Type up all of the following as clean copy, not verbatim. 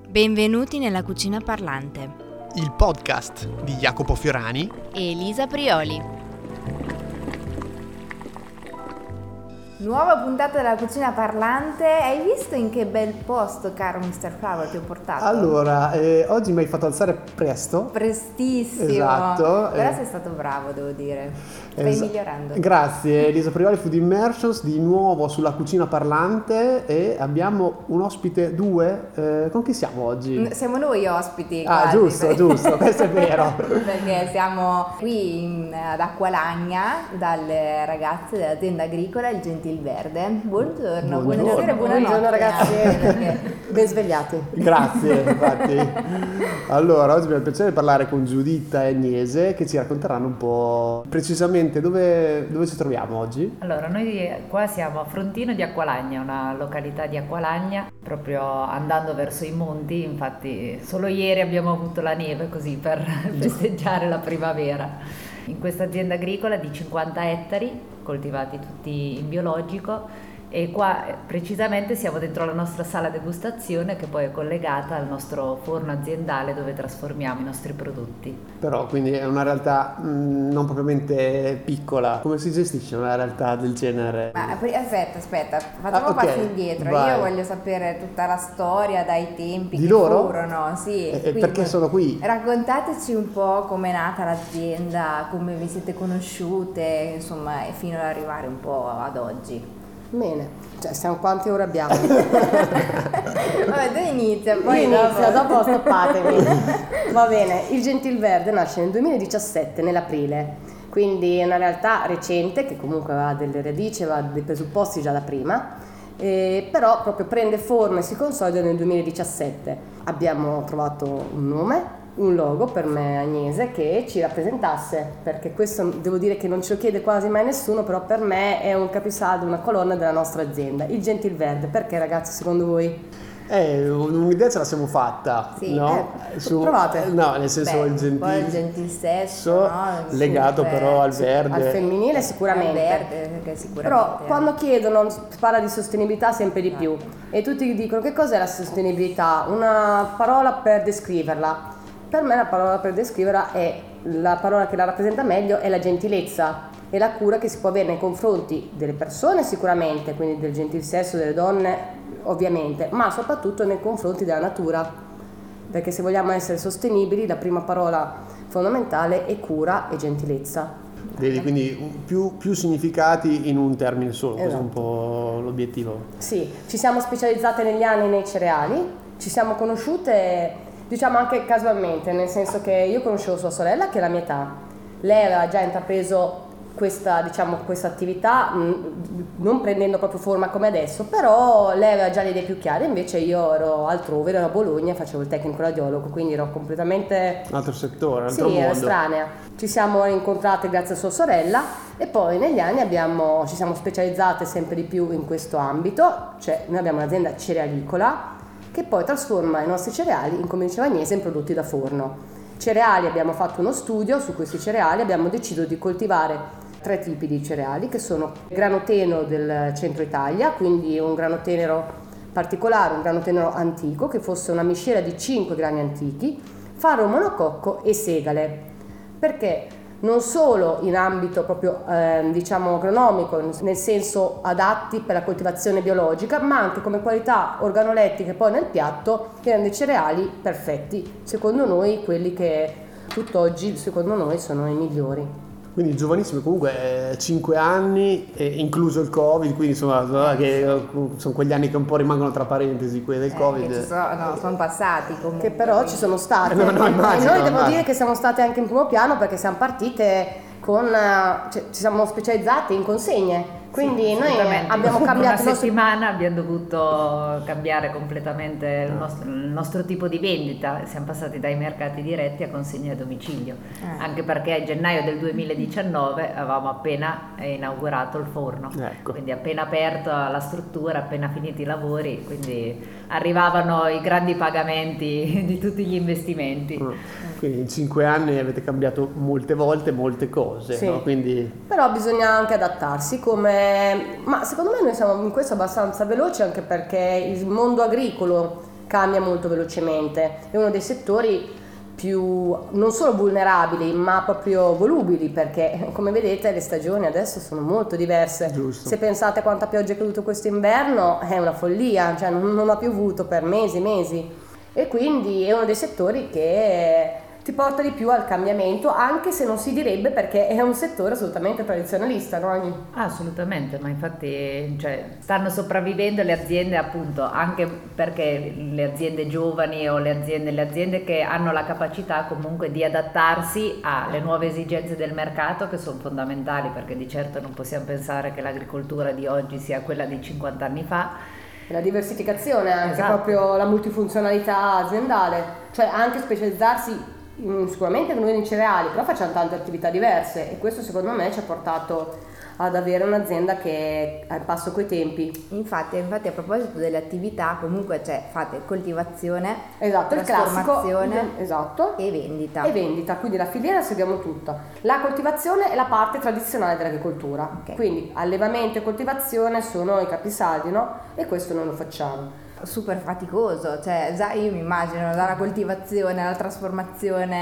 Benvenuti nella Cucina Parlante. Il podcast di Jacopo Fiorani e Elisa Prioli. Nuova puntata della Cucina Parlante. Hai visto in che bel posto, caro Mr. Flower, ti ho portato? Allora, oggi mi hai fatto alzare presto. Prestissimo. Esatto. Però sei stato bravo, devo dire. Stai migliorando. Grazie, Elisa Prioli, Food Immersions, di nuovo sulla Cucina Parlante, e abbiamo un ospite 2. Con chi siamo oggi? Siamo noi ospiti. Ah, quasi, giusto, questo è vero. Perché siamo qui ad Acqualagna dalle ragazze dell'azienda agricola Il Gentil Verde. Buongiorno. Buonasera, buonanotte. Buongiorno ragazzi, ben svegliati. Grazie, infatti. Allora, oggi abbiamo il piacere di parlare con Giuditta e Agnese, che ci racconteranno un po' precisamente dove ci troviamo oggi. Allora, noi qua siamo a Frontino di Acqualagna, una località di Acqualagna, proprio andando verso i monti. Infatti solo ieri abbiamo avuto la neve così per festeggiare la primavera. In questa azienda agricola di 50 ettari, coltivati tutti in biologico, e qua precisamente siamo dentro la nostra sala degustazione, che poi è collegata al nostro forno aziendale dove trasformiamo i nostri prodotti. Però quindi è una realtà non propriamente piccola. Come si gestisce una realtà del genere? Ma aspetta, facciamo passi indietro. Vai. Io voglio sapere tutta la storia dai tempi di che loro? furono. Sì, Perché sono qui? Raccontateci un po' com'è nata l'azienda, come vi siete conosciute, insomma, e fino ad arrivare un po' ad oggi. Bene, cioè siamo quante ore abbiamo? Vabbè, tu inizia, poi dopo stoppatemi. Va bene, il Gentil Verde nasce nel 2017, nell'aprile, quindi è una realtà recente che comunque aveva delle radici, aveva dei presupposti già da prima, però proprio prende forma e si consolida nel 2017. Abbiamo trovato un nome, un logo per me, Agnese, che ci rappresentasse, perché questo devo dire che non ce lo chiede quasi mai nessuno, però per me è un capisaldo, una colonna della nostra azienda. Il Gentil Verde, perché ragazzi secondo voi? Un'idea ce la siamo fatta, sì, no? Provate. No, nel senso il gentil sesso, no? Legato Super, però al verde. Al femminile sicuramente. Al verde, perché sicuramente. Però quando chiedono, si parla di sostenibilità sempre di più, e tutti dicono che cos'è la sostenibilità? Una parola per descriverla. Per me la parola per descriverla è la parola che la rappresenta meglio, è la gentilezza e la cura che si può avere nei confronti delle persone sicuramente, quindi del gentil sesso, delle donne ovviamente, ma soprattutto nei confronti della natura, perché se vogliamo essere sostenibili la prima parola fondamentale è cura e gentilezza. Vedi, quindi più significati in un termine solo, Esatto. Questo è un po' l'obiettivo. Sì, ci siamo specializzate negli anni nei cereali, ci siamo conosciute diciamo anche casualmente, nel senso che io conoscevo sua sorella che è la mia età, lei aveva già intrapreso questa attività, non prendendo proprio forma come adesso, però lei aveva già le idee più chiare, invece io ero altrove, ero a Bologna, facevo il tecnico radiologo, quindi ero completamente Un altro settore, un altro mondo. ero estranea. Ci siamo incontrate grazie a sua sorella e poi negli anni ci siamo specializzate sempre di più in questo ambito, cioè noi abbiamo un'azienda cerealicola che poi trasforma i nostri cereali, come diceva Agnese, in prodotti da forno. Cereali, abbiamo fatto uno studio su questi cereali, abbiamo deciso di coltivare 3 tipi di cereali, che sono il grano tenero del centro Italia, quindi un grano tenero particolare, un grano tenero antico, che fosse una miscela di 5 grani antichi, farro monococco e segale. Perché? Non solo in ambito proprio diciamo agronomico, nel senso adatti per la coltivazione biologica, ma anche come qualità organolettiche poi nel piatto, che hanno dei cereali perfetti, secondo noi quelli che tutt'oggi secondo noi sono i migliori. Quindi giovanissimo, comunque 5 anni, incluso il Covid, quindi insomma che sono quegli anni che un po' rimangono tra parentesi, quelli del Covid. Sono passati comunque. Che però ci sono state. No, immagino, e noi devo dire che siamo state anche in primo piano, perché siamo partite ci siamo specializzate in consegne. Quindi sì, noi abbiamo cambiato una settimana, abbiamo dovuto cambiare completamente il nostro tipo di vendita, siamo passati dai mercati diretti a consegne a domicilio, anche perché a gennaio del 2019 avevamo appena inaugurato il forno, ecco. Quindi appena aperta la struttura, appena finiti i lavori, quindi arrivavano i grandi pagamenti di tutti gli investimenti. Quindi in 5 anni avete cambiato molte volte molte cose, sì. No? Quindi... Però bisogna anche adattarsi, ma secondo me noi siamo in questo abbastanza veloci, anche perché il mondo agricolo cambia molto velocemente, è uno dei settori più non solo vulnerabili ma proprio volubili, perché come vedete le stagioni adesso sono molto diverse. Giusto. Se pensate a quanta pioggia è caduto quest'inverno è una follia, cioè non ha piovuto per mesi, e quindi è uno dei settori che ti porta di più al cambiamento, anche se non si direbbe, perché è un settore assolutamente tradizionalista, no? Assolutamente, ma infatti stanno sopravvivendo le aziende, appunto, anche perché le aziende giovani o le aziende che hanno la capacità comunque di adattarsi alle nuove esigenze del mercato, che sono fondamentali, perché di certo non possiamo pensare che l'agricoltura di oggi sia quella di 50 anni fa. La diversificazione, anche Esatto. proprio la multifunzionalità aziendale, cioè anche specializzarsi sicuramente noi nei cereali, però facciamo tante attività diverse, e questo secondo me ci ha portato ad avere un'azienda che è al passo coi tempi. Infatti a proposito delle attività, comunque fate coltivazione, Esatto, il classico, trasformazione esatto, e vendita. e vendita, quindi la filiera seguiamo tutta. La coltivazione è la parte tradizionale dell'agricoltura, Ok. quindi allevamento e coltivazione sono i capisaldi, no? E questo noi lo facciamo. Super faticoso, già io mi immagino dalla coltivazione alla trasformazione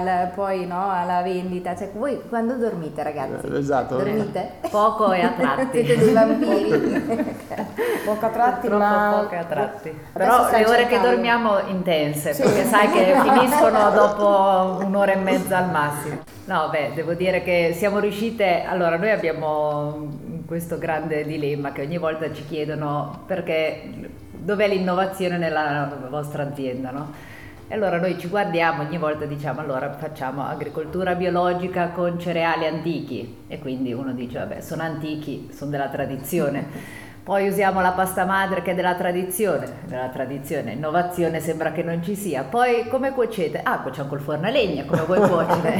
poi no, alla vendita, voi quando dormite, ragazzi? Esatto. Dormite? Poco e a tratti. Siete dei vampiri. Poco a tratti, Troppo ma poche a tratti. Adesso Però stai le ore che cercando. dormiamo intense, Sì. perché sai che finiscono dopo un'ora e mezza al massimo. No, devo dire che siamo riuscite. Allora, noi abbiamo questo grande dilemma che ogni volta ci chiedono: perché dov'è l'innovazione nella vostra azienda, no? E allora noi ci guardiamo, ogni volta diciamo: allora facciamo agricoltura biologica con cereali antichi, e quindi uno dice: vabbè, sono antichi, sono della tradizione. Poi usiamo la pasta madre, che è della tradizione, innovazione sembra che non ci sia. Poi come cuocete? Cuociamo col forno a legna, come vuoi cuocere?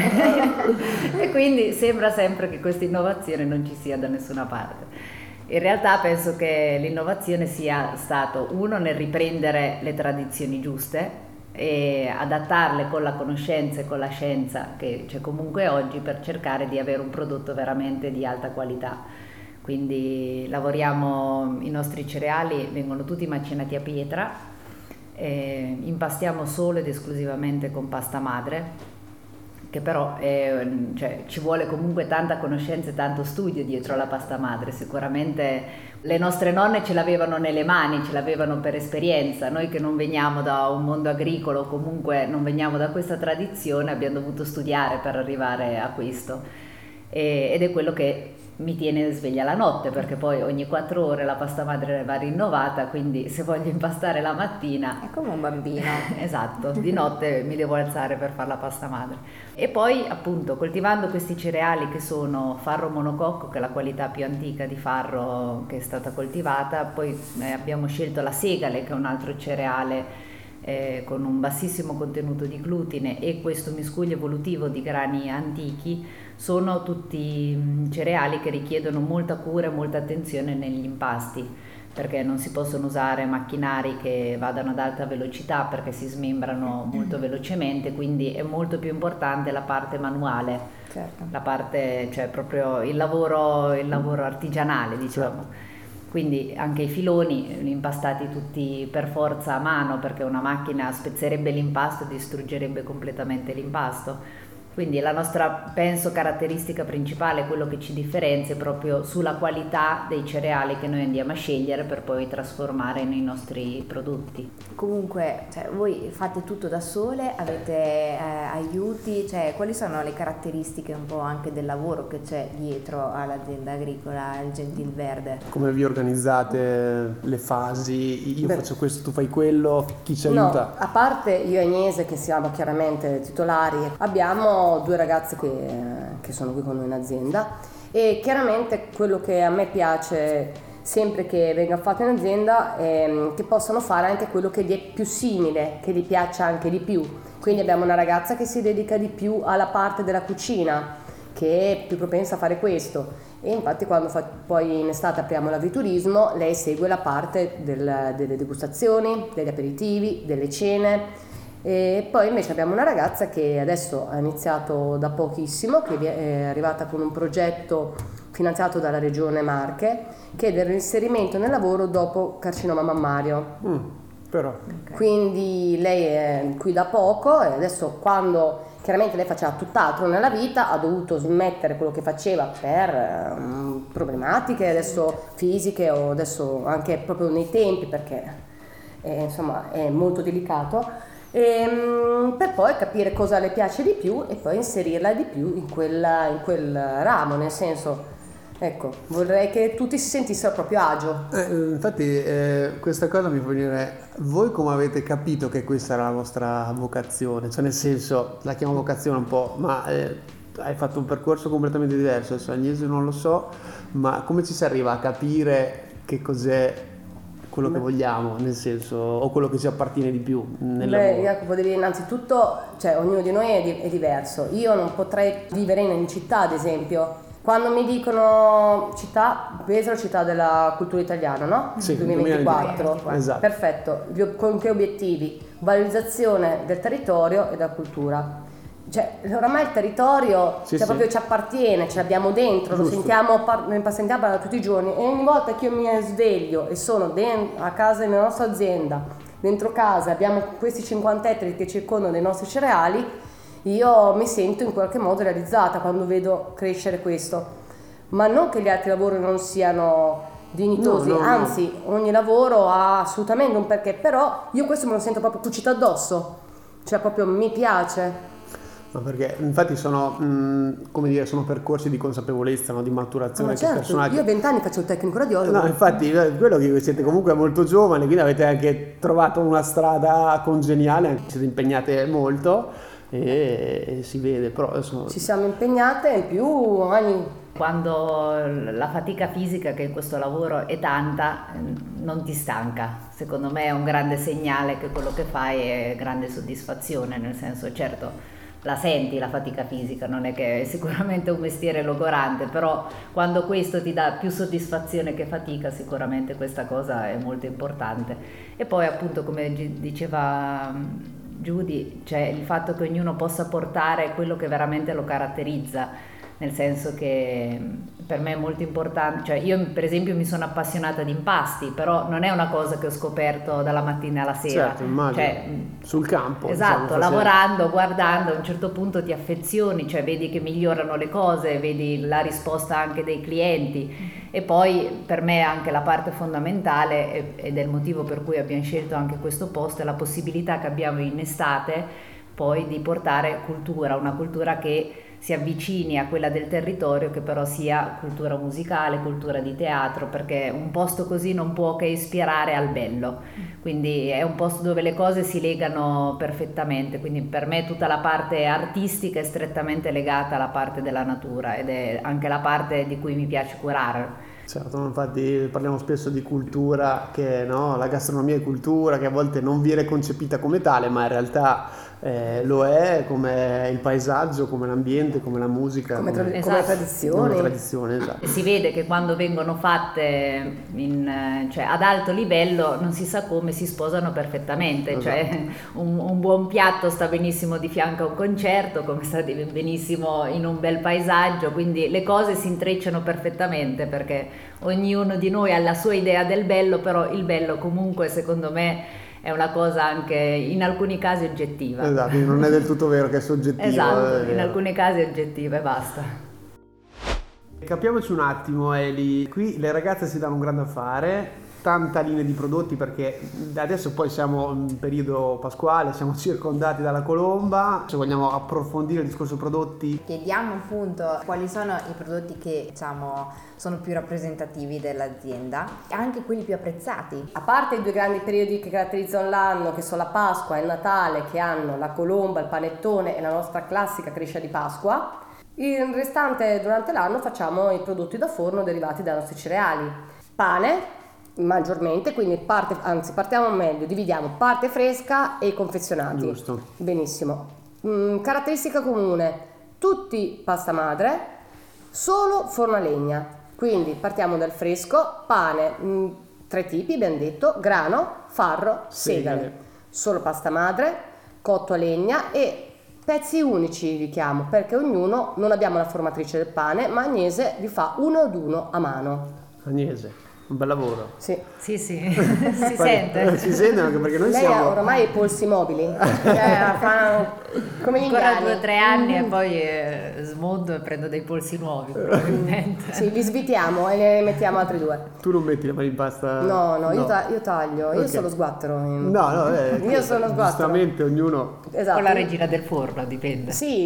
E quindi sembra sempre che questa innovazione non ci sia da nessuna parte. In realtà penso che l'innovazione sia stato uno nel riprendere le tradizioni giuste e adattarle con la conoscenza e con la scienza che c'è comunque oggi, per cercare di avere un prodotto veramente di alta qualità. Quindi lavoriamo, i nostri cereali vengono tutti macinati a pietra, impastiamo solo ed esclusivamente con pasta madre, che però ci vuole comunque tanta conoscenza e tanto studio dietro la pasta madre. Sicuramente le nostre nonne ce l'avevano nelle mani, ce l'avevano per esperienza. Noi che non veniamo da un mondo agricolo, o comunque non veniamo da questa tradizione, abbiamo dovuto studiare per arrivare a questo, ed è quello che mi tiene sveglia la notte, perché poi ogni 4 ore la pasta madre va rinnovata, quindi se voglio impastare la mattina È come un bambino. esatto, di notte mi devo alzare per fare la pasta madre. E poi appunto coltivando questi cereali che sono farro monococco, che è la qualità più antica di farro che è stata coltivata. Poi abbiamo scelto la segale, che è un altro cereale con un bassissimo contenuto di glutine, e questo miscuglio evolutivo di grani antichi. Sono tutti cereali che richiedono molta cura e molta attenzione negli impasti, perché non si possono usare macchinari che vadano ad alta velocità, perché si smembrano molto velocemente, quindi è molto più importante la parte manuale, Certo. la parte, proprio il lavoro artigianale, diciamo. Quindi anche i filoni impastati tutti per forza a mano, perché una macchina spezzerebbe l'impasto e distruggerebbe completamente l'impasto. Quindi la nostra, penso, caratteristica principale, quello che ci differenzia, è proprio sulla qualità dei cereali che noi andiamo a scegliere per poi trasformare nei nostri prodotti. Comunque, voi fate tutto da sole, avete aiuti, quali sono le caratteristiche un po' anche del lavoro che c'è dietro all'azienda agricola Il Gentil Verde? Come vi organizzate le fasi? Io faccio questo, tu fai quello, chi ci No, aiuta? a parte io e Agnese, che siamo chiaramente titolari, abbiamo 2 ragazze che sono qui con noi in azienda, e chiaramente quello che a me piace sempre che venga fatto in azienda è che possano fare anche quello che gli è più simile, che gli piaccia anche di più. Quindi abbiamo una ragazza che si dedica di più alla parte della cucina, che è più propensa a fare questo, e infatti quando poi in estate apriamo l'agriturismo, lei segue la parte delle degustazioni, degli aperitivi, delle cene. E poi invece abbiamo una ragazza che adesso ha iniziato da pochissimo, che è arrivata con un progetto finanziato dalla Regione Marche, che è del reinserimento nel lavoro dopo carcinoma mammario. Però. Quindi lei è qui da poco e adesso, quando chiaramente lei faceva tutt'altro nella vita, ha dovuto smettere quello che faceva per problematiche adesso fisiche o adesso anche proprio nei tempi, perché insomma è molto delicato, per poi capire cosa le piace di più e poi inserirla di più in quel ramo, nel senso, ecco, vorrei che tutti si sentissero proprio agio. Infatti questa cosa mi fa venire, voi come avete capito che questa era la vostra vocazione? Cioè, nel senso, la chiamo vocazione un po', ma hai fatto un percorso completamente diverso, adesso Agnese non lo so, ma come ci si arriva a capire che cos'è quello che vogliamo, nel senso, o quello che ci appartiene di più nel lavoro? Jacopo, devi innanzitutto, cioè ognuno di noi è diverso. Io non potrei vivere in città, ad esempio. Quando mi dicono città, Pesaro, città della cultura italiana, no? Sì, 2024. Esatto. Perfetto. Con che obiettivi? Valorizzazione del territorio e della cultura. Cioè, oramai il territorio proprio ci appartiene, ce l'abbiamo dentro, lo sentiamo, ne sentiamo tutti i giorni, e ogni volta che io mi sveglio e sono a casa nella nostra azienda, dentro casa, abbiamo questi 50 ettari che circondano dei nostri cereali, io mi sento in qualche modo realizzata quando vedo crescere questo. Ma non che gli altri lavori non siano dignitosi, anzi ogni lavoro ha assolutamente un perché, però io questo me lo sento proprio cucito addosso, cioè proprio mi piace. No, perché infatti sono, come dire, sono percorsi di consapevolezza, no? Di maturazione. Certo, io a 20 anni faccio il tecnico radiologo. No, infatti, quello che siete comunque molto giovani, quindi avete anche trovato una strada congeniale, siete impegnate molto e si vede, però adesso... Ci siamo impegnate in più ogni... Quando la fatica fisica che in questo lavoro è tanta, non ti stanca. Secondo me è un grande segnale che quello che fai è grande soddisfazione, nel senso, certo, la senti la fatica fisica, non è che è sicuramente un mestiere logorante, però quando questo ti dà più soddisfazione che fatica, sicuramente questa cosa è molto importante. E poi appunto, come diceva Giudy, cioè il fatto che ognuno possa portare quello che veramente lo caratterizza, nel senso che per me è molto importante, cioè io per esempio mi sono appassionata di impasti, però non è una cosa che ho scoperto dalla mattina alla sera. Certo, immagino, cioè, sul campo. Esatto, diciamo, lavorando, guardando, a un certo punto ti affezioni, cioè vedi che migliorano le cose, vedi la risposta anche dei clienti. E poi per me anche la parte fondamentale, ed è il motivo per cui abbiamo scelto anche questo posto, è la possibilità che abbiamo in estate poi di portare cultura, una cultura che si avvicini a quella del territorio, che però sia cultura musicale, cultura di teatro, perché un posto così non può che ispirare al bello, quindi è un posto dove le cose si legano perfettamente, quindi per me tutta la parte artistica è strettamente legata alla parte della natura ed è anche la parte di cui mi piace curare. Certo, infatti parliamo spesso di cultura, che no, la gastronomia è cultura, che a volte non viene concepita come tale, ma in realtà lo è, come il paesaggio, come l'ambiente, come la musica, come esatto, tradizione. Esatto. E si vede che quando vengono fatte cioè ad alto livello, non si sa come, si sposano perfettamente, esatto. Cioè un buon piatto sta benissimo di fianco a un concerto, come sta benissimo in un bel paesaggio, quindi le cose si intrecciano perfettamente, perché ognuno di noi ha la sua idea del bello, però il bello comunque secondo me è una cosa anche in alcuni casi oggettiva. Esatto, non è del tutto vero che è soggettivo. Esatto, in alcuni casi è oggettiva e basta. Capiamoci un attimo, Eli, qui le ragazze si danno un grande affare, tanta linea di prodotti, perché adesso poi siamo in periodo pasquale, siamo circondati dalla colomba. Se vogliamo approfondire il discorso prodotti, chiediamo appunto quali sono i prodotti che diciamo sono più rappresentativi dell'azienda e anche quelli più apprezzati. A parte i due grandi periodi che caratterizzano l'anno, che sono la Pasqua e il Natale, che hanno la colomba, il panettone e la nostra classica crescia di Pasqua, il restante durante l'anno facciamo i prodotti da forno derivati dai nostri cereali. Pane maggiormente, quindi partiamo meglio, dividiamo parte fresca e confezionati. Giusto. Benissimo. Caratteristica comune, tutti pasta madre, solo forno a legna. Quindi partiamo dal fresco, pane, 3 tipi abbiamo detto, grano, farro, segale. Solo pasta madre, cotto a legna e pezzi unici li chiamo, perché ognuno, non abbiamo la formatrice del pane, ma Agnese vi fa uno ad uno a mano. Agnese. Un bel lavoro. Sì. Sì, si sente. Si sente anche perché noi Lei ha siamo... oramai i polsi mobili, fa come gli Ancora indiani. 2 o 3 anni e poi smonto e prendo dei polsi nuovi probabilmente. Sì, li svitiamo e ne mettiamo altri 2. Tu non metti le mani in pasta? No, io taglio, io Ok. sono sguattero. Io sono sguattero. Giustamente ognuno... Esatto. O la regina del forno, dipende. Sì,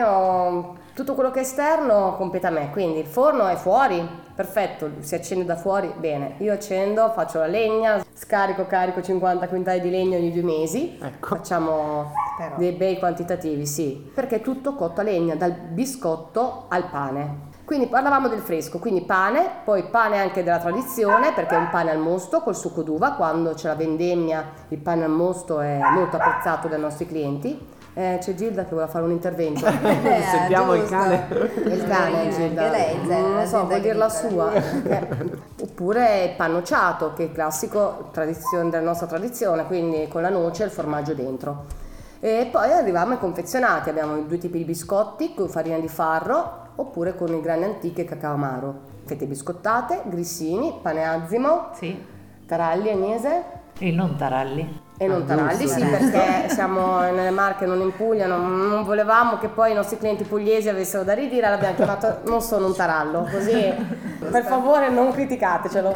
io tutto quello che è esterno compete a me, quindi il forno è fuori, perfetto, si accende da fuori, bene. Io accendo, faccio la legna, carico 50 quintali di legno ogni 2 mesi, Ecco. facciamo Però. dei bei quantitativi, sì, perché è tutto cotto a legna, dal biscotto al pane. Quindi parlavamo del fresco, quindi pane, poi pane anche della tradizione, perché è un pane al mosto col succo d'uva, quando c'è la vendemmia il pane al mosto è molto apprezzato dai nostri clienti. C'è Gilda che voleva fare un intervento. Sentiamo il giusto. cane. Il cane, Gilda. Anche lei, Non so, vuol dire la sua. agricola. Oppure il pannocciato, che è il classico della nostra tradizione, quindi con la noce e il formaggio dentro. E poi arriviamo ai confezionati, abbiamo 2 tipi di biscotti con farina di farro oppure con i grani antichi e cacao amaro. Fette biscottate, grissini, pane azimo, Sì, taralli, agnese il non taralli. e non taralli, giusto. sì, perché siamo nelle Marche, non in Puglia, non volevamo che poi i nostri clienti pugliesi avessero da ridire, l'abbiamo chiamato non sono un tarallo, così per favore non criticatecelo.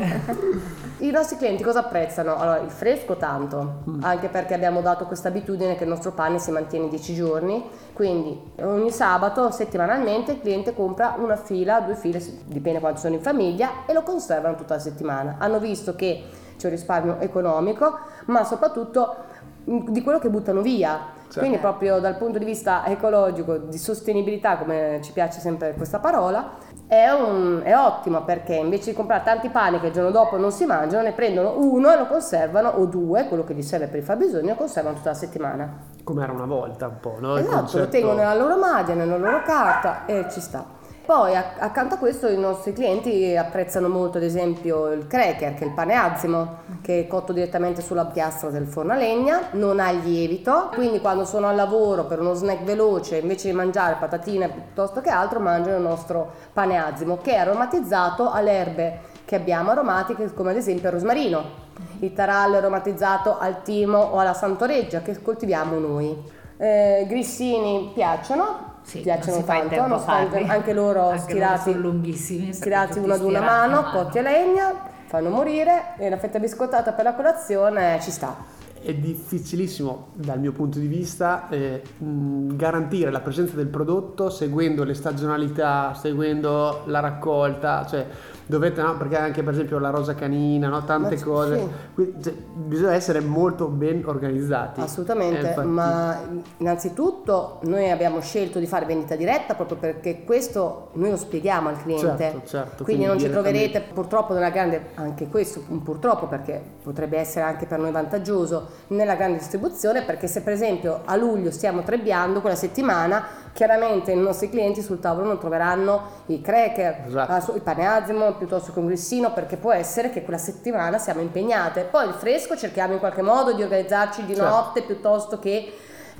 I nostri clienti cosa apprezzano? Allora, il fresco tanto, anche perché abbiamo dato questa abitudine che il nostro pane si mantiene 10 giorni, quindi ogni sabato, settimanalmente, il cliente compra 1 fila, 2 file, dipende quanto sono in famiglia, e lo conservano tutta la settimana. Hanno visto che c'è un risparmio economico, ma soprattutto di quello che buttano via. Quindi proprio dal punto di vista ecologico, di sostenibilità, come ci piace sempre questa parola, è ottimo, perché invece di comprare tanti pani che il giorno dopo non si mangiano, ne prendono 1 e lo conservano, o 2, quello che gli serve per il fabbisogno, lo conservano tutta la settimana. Come era una volta un po', no? Il Esatto, lo concetto- tengono nella loro maglia, nella loro carta e ci sta. Poi accanto a questo i nostri clienti apprezzano molto ad esempio il cracker, che è il pane azimo, che è cotto direttamente sulla piastra del forno a legna, non ha il lievito, quindi quando sono al lavoro per uno snack veloce, invece di mangiare patatine piuttosto che altro, mangiano il nostro pane azimo, che è aromatizzato alle erbe che abbiamo aromatiche, come ad esempio il rosmarino, il tarallo è aromatizzato al timo o alla santoreggia che coltiviamo noi. Grissini piacciono. Sì, Piacciono non si fa in tanto, tempo a nonostante farli. anche loro Anche stirati, loro sono lunghissimi, stirati tutti uno ad una stirati a mano, mano. cotti a legna, fanno morire, e la fetta biscottata per la colazione ci sta. È difficilissimo dal mio punto di vista garantire la presenza del prodotto seguendo le stagionalità, seguendo la raccolta, cioè dovete, no? Perché anche per esempio la rosa canina, no? Tante Ma cose, sì. quindi, cioè, bisogna essere molto ben organizzati. Assolutamente, Infatti- ma innanzitutto noi abbiamo scelto di fare vendita diretta proprio perché questo noi lo spieghiamo al cliente. Certo, quindi non ci direttamente. troverete purtroppo nella grande, anche questo un purtroppo perché potrebbe essere anche per noi vantaggioso, nella grande distribuzione, perché se per esempio a luglio stiamo trebbiando quella settimana, chiaramente i nostri clienti sul tavolo non troveranno i cracker, Esatto. il pane azimo piuttosto che un grissino, perché può essere che quella settimana siamo impegnate. Poi il fresco cerchiamo in qualche modo di organizzarci di Certo. notte piuttosto che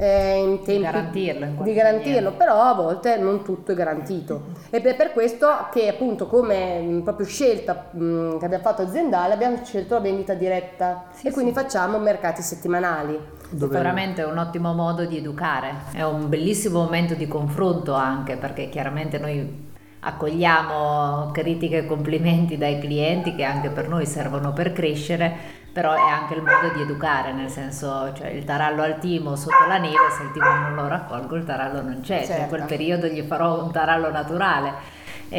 in tempi garantirlo in qualche di garantirlo, maniera. però a volte non tutto è garantito. Ed è per questo che appunto come proprio scelta che abbiamo fatto aziendale abbiamo scelto la vendita diretta e quindi facciamo mercati settimanali. Dove- Sicuramente è un ottimo modo di educare, è un bellissimo momento di confronto anche perché chiaramente noi accogliamo critiche e complimenti dai clienti che anche per noi servono per crescere, però è anche il modo di educare, nel senso, cioè il tarallo al timo sotto la neve, se il timo non lo raccolgo il tarallo non c'è, cioè in quel periodo gli farò un tarallo naturale.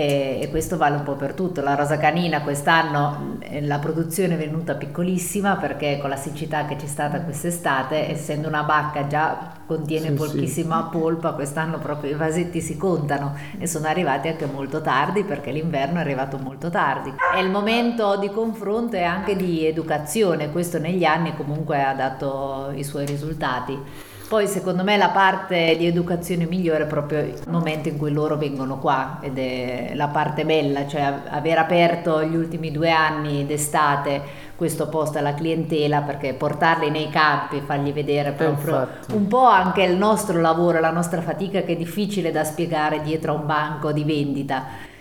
E questo vale un po' per tutto. La rosa canina quest'anno la produzione è venuta piccolissima perché con la siccità che c'è stata quest'estate, essendo una bacca già contiene Sì, pochissima polpa, quest'anno proprio i vasetti si contano e sono arrivati anche molto tardi perché l'inverno è arrivato molto tardi. È il momento di confronto e anche di educazione, questo negli anni comunque ha dato i suoi risultati. Poi secondo me la parte di educazione migliore è proprio il momento in cui loro vengono qua ed è la parte bella, cioè aver aperto gli ultimi 2 anni d'estate questo posto alla clientela, perché portarli nei campi, fargli vedere proprio Infatti. un po' anche il nostro lavoro, la nostra fatica che è difficile da spiegare dietro a un banco di vendita.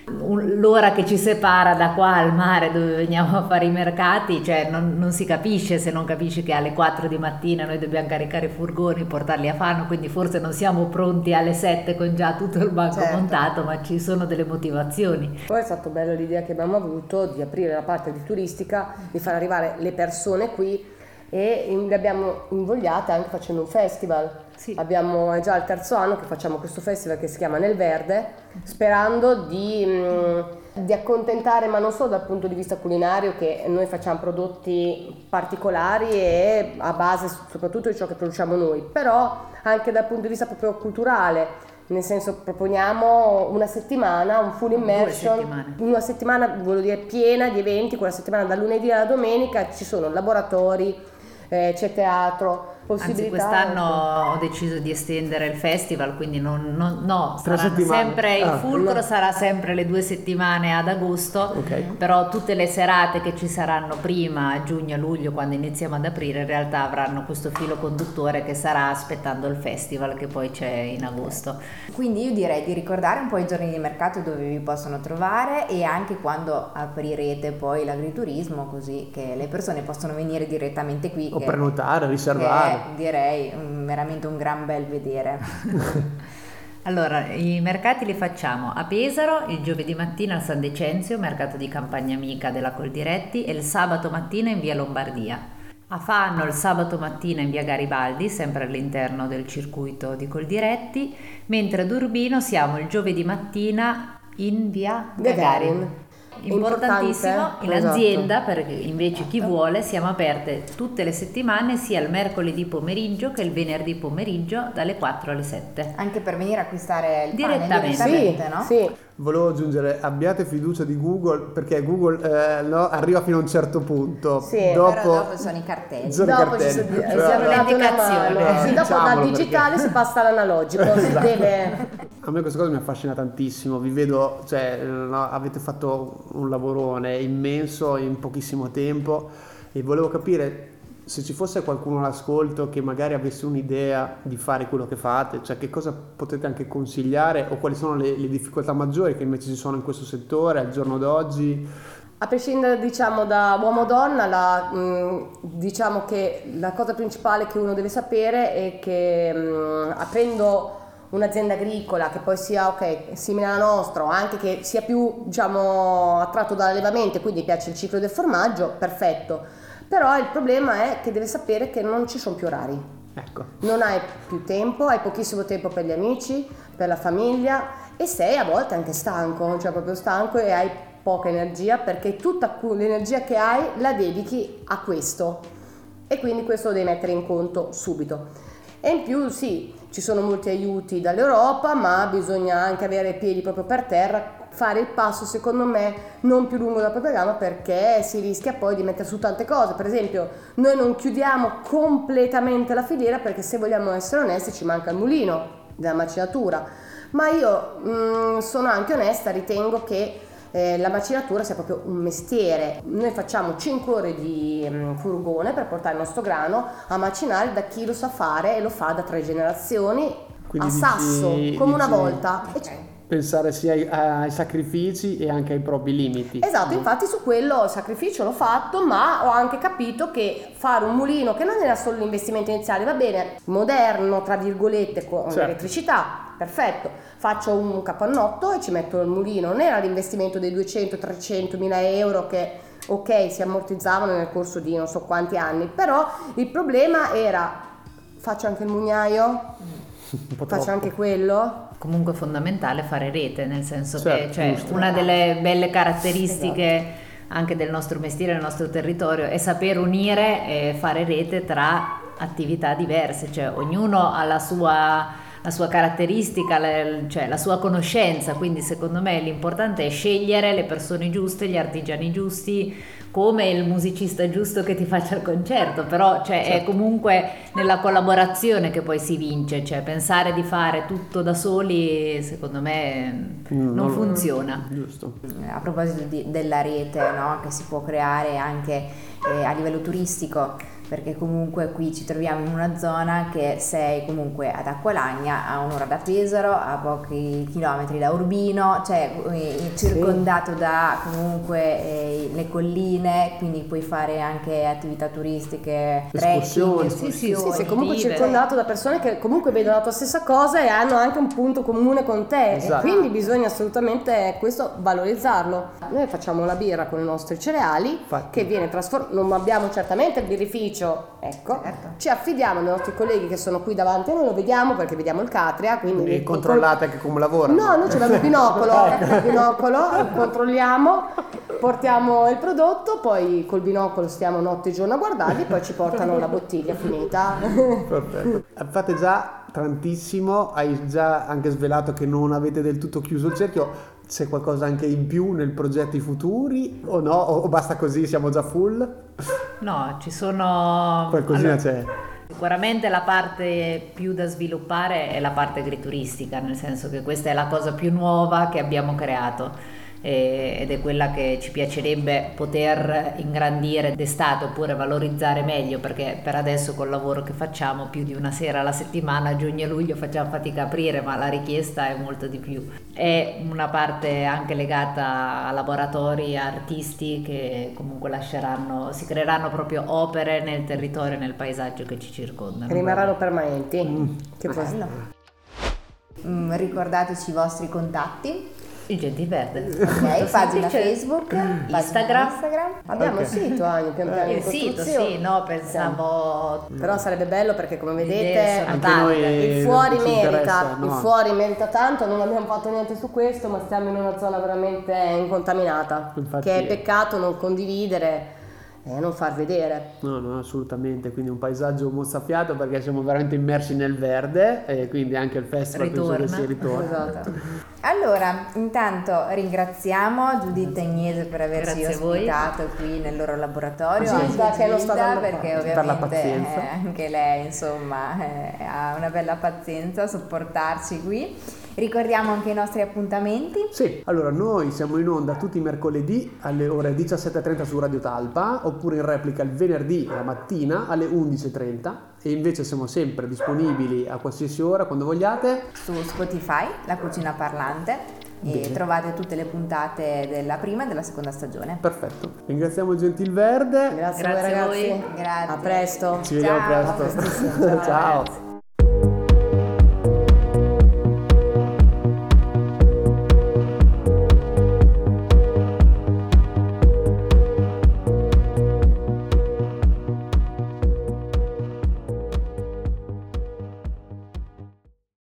l'ora che ci separa da qua al mare dove veniamo a fare i mercati, cioè non si capisce se non capisci che alle 4 di mattina noi dobbiamo caricare i furgoni, portarli a Fano, quindi forse non siamo pronti alle 7 con già tutto il banco montato, ma ci sono delle motivazioni. Poi è stato bello l'idea che abbiamo avuto di aprire la parte di turistica, di far arrivare le persone qui, e le abbiamo invogliate anche facendo un festival. Sì. È già il terzo anno che facciamo questo festival che si chiama Nel Verde, sperando di accontentare, ma non solo dal punto di vista culinario, che noi facciamo prodotti particolari e a base soprattutto di ciò che produciamo noi, però anche dal punto di vista proprio culturale. Nel senso, proponiamo una settimana, un full immersion, una settimana, voglio dire, piena di eventi. Quella settimana dal lunedì alla domenica ci sono laboratori, c'è teatro, possibilità. Anzi, quest'anno ho deciso di estendere il festival, quindi sarà sempre il fulcro, sarà sempre le 2 settimane ad agosto, però tutte le serate che ci saranno prima, a giugno, a luglio, quando iniziamo ad aprire, in realtà avranno questo filo conduttore che sarà aspettando il festival che poi c'è in agosto. Quindi io direi di ricordare un po' i giorni di mercato dove vi possono trovare, e anche quando aprirete poi l'agriturismo, così che le persone possono venire direttamente qui. O prenotare, riservare. Direi veramente un gran bel vedere. Allora, i mercati li facciamo a Pesaro il giovedì mattina al San Decenzio, mercato di campagna amica della Coldiretti, e il sabato mattina in via Lombardia. A Fano il sabato mattina in via Garibaldi, sempre all'interno del circuito di Coldiretti, mentre ad Urbino siamo il giovedì mattina in via Gagarin. Importantissimo, in azienda, perché invece chi vuole siamo aperte tutte le settimane, sia il mercoledì pomeriggio che il venerdì pomeriggio dalle 4 alle 7. Anche per venire a acquistare il direttamente, direttamente, no? Sì. Volevo aggiungere, abbiate fiducia di Google, perché Google arriva fino a un certo punto. Sì, dopo sono i cartelli. Dopo ci sono le indicazioni. Sì, dopo dal digitale si passa all'analogico. A me questa cosa mi affascina tantissimo, vi vedo, avete fatto un lavorone immenso in pochissimo tempo, e volevo capire se ci fosse qualcuno all'ascolto che magari avesse un'idea di fare quello che fate, cioè che cosa potete anche consigliare, o quali sono le difficoltà maggiori che invece ci sono in questo settore al giorno d'oggi. A prescindere, diciamo, da uomo o donna, diciamo che la cosa principale che uno deve sapere è che aprendo un'azienda agricola che poi sia simile alla nostra, o anche che sia più, diciamo, attratto dall'allevamento e quindi piace il ciclo del formaggio, perfetto. Però il problema è che deve sapere che non ci sono più orari. Ecco. Non hai più tempo, hai pochissimo tempo per gli amici, per la famiglia, e sei a volte anche stanco, cioè proprio stanco, e hai poca energia, perché tutta l'energia che hai la dedichi a questo, e quindi questo lo devi mettere in conto subito. E in più sì, ci sono molti aiuti dall'Europa, ma bisogna anche avere i piedi proprio per terra, fare il passo, secondo me, non più lungo della propria gamba, perché si rischia poi di mettere su tante cose. Per esempio, noi non chiudiamo completamente la filiera, perché, se vogliamo essere onesti, ci manca il mulino della macinatura, ma io sono anche onesta, ritengo che la macinatura sia proprio un mestiere. Noi facciamo 5 ore di furgone per portare il nostro grano a macinare da chi lo sa fare, e lo fa da 3 generazioni. Quindi a sasso, come una volta. Pensare sia ai sacrifici e anche ai propri limiti. Esatto, infatti su quello il sacrificio l'ho fatto, ma ho anche capito che fare un mulino, che non era solo l'investimento iniziale, va bene, moderno, tra virgolette, con l'elettricità, perfetto, faccio un capannotto e ci metto il mulino. Non era l'investimento dei 200-300 mila euro che si ammortizzavano nel corso di non so quanti anni, però il problema era: faccio anche il mugnaio? Faccio anche quello? Comunque è fondamentale fare rete, nel senso che una delle belle caratteristiche anche del nostro mestiere, del nostro territorio, è saper unire e fare rete tra attività diverse, cioè ognuno ha la sua caratteristica, la sua conoscenza, quindi secondo me l'importante è scegliere le persone giuste, gli artigiani giusti, come il musicista giusto che ti faccia il concerto, però è comunque nella collaborazione che poi si vince, cioè pensare di fare tutto da soli secondo me non funziona. Giusto. A proposito della rete, no, che si può creare anche a livello turistico, perché comunque qui ci troviamo in una zona che sei comunque ad Acqualagna, a un'ora da Pesaro, a pochi chilometri da Urbino, cioè circondato da comunque le colline, quindi puoi fare anche attività turistiche, trekking, escursioni. Sì, comunque circondato da persone che comunque vedono la tua stessa cosa e hanno anche un punto comune con te, esatto. E quindi bisogna assolutamente questo valorizzarlo. Noi facciamo la birra con i nostri cereali. Infatti. Che viene trasformato, non abbiamo certamente il birrificio, ecco, Certo. Ci affidiamo ai nostri colleghi che sono qui davanti a noi, lo vediamo perché vediamo il Catria, quindi E controllate anche come lavorano. No, noi abbiamo il binocolo, controlliamo, portiamo il prodotto, poi col binocolo stiamo notte e giorno a guardarli, poi ci portano la bottiglia finita. Perfetto. Fate già tantissimo, hai già anche svelato che non avete del tutto chiuso il cerchio. C'è qualcosa anche in più nel progetti futuri o no? O basta così, siamo già full? No, ci sono... Qualcosina allora, c'è. Sicuramente la parte più da sviluppare è la parte agrituristica, nel senso che questa è la cosa più nuova che abbiamo creato. Ed è quella che ci piacerebbe poter ingrandire d'estate oppure valorizzare meglio, perché per adesso col lavoro che facciamo più di una sera alla settimana, giugno e luglio facciamo fatica a aprire, ma la richiesta è molto di più. È una parte anche legata a laboratori, a artisti che comunque si creeranno proprio opere nel territorio e nel paesaggio che ci circondano. Rimarranno permanenti. Che Bello. Ricordateci i vostri contatti. Il Gentilverde. Ok, pagina Semplice. Facebook, pagina Instagram. abbiamo il sito anche pian piano in Il sito, costruzione. sì, no, pensavo... Però sarebbe bello perché come Le idee vedete sono Anche tante. noi il fuori ci merita, interessa, no? il fuori merita tanto, non abbiamo fatto niente su questo, ma stiamo in una zona veramente incontaminata, Infatti- che è peccato non condividere e non far vedere. No, assolutamente, quindi un paesaggio mozzafiato perché siamo veramente immersi nel verde e quindi anche il festival penso che si ritorna. Esatto. Allora, intanto ringraziamo Giuditta e Agnese per averci Grazie a voi. ospitato qui nel loro laboratorio, Gilda, anche che non sta Gilda, dando perché parte. Per la ovviamente pazienza. anche lei insomma ha una bella pazienza a sopportarci qui. Ricordiamo anche i nostri appuntamenti. Sì, allora noi siamo in onda tutti i mercoledì alle ore 17.30 su Radio Talpa oppure in replica il venerdì la mattina alle 11.30 e invece siamo sempre disponibili a qualsiasi ora quando vogliate. Su Spotify, La Cucina Parlante, e Bene. trovate tutte le puntate della prima e della seconda stagione. Perfetto, ringraziamo il Gentilverde, Grazie a voi Grazie a ragazzi. voi. Grazie. A presto. ci vediamo Ciao. presto. A prestissimo. Ciao.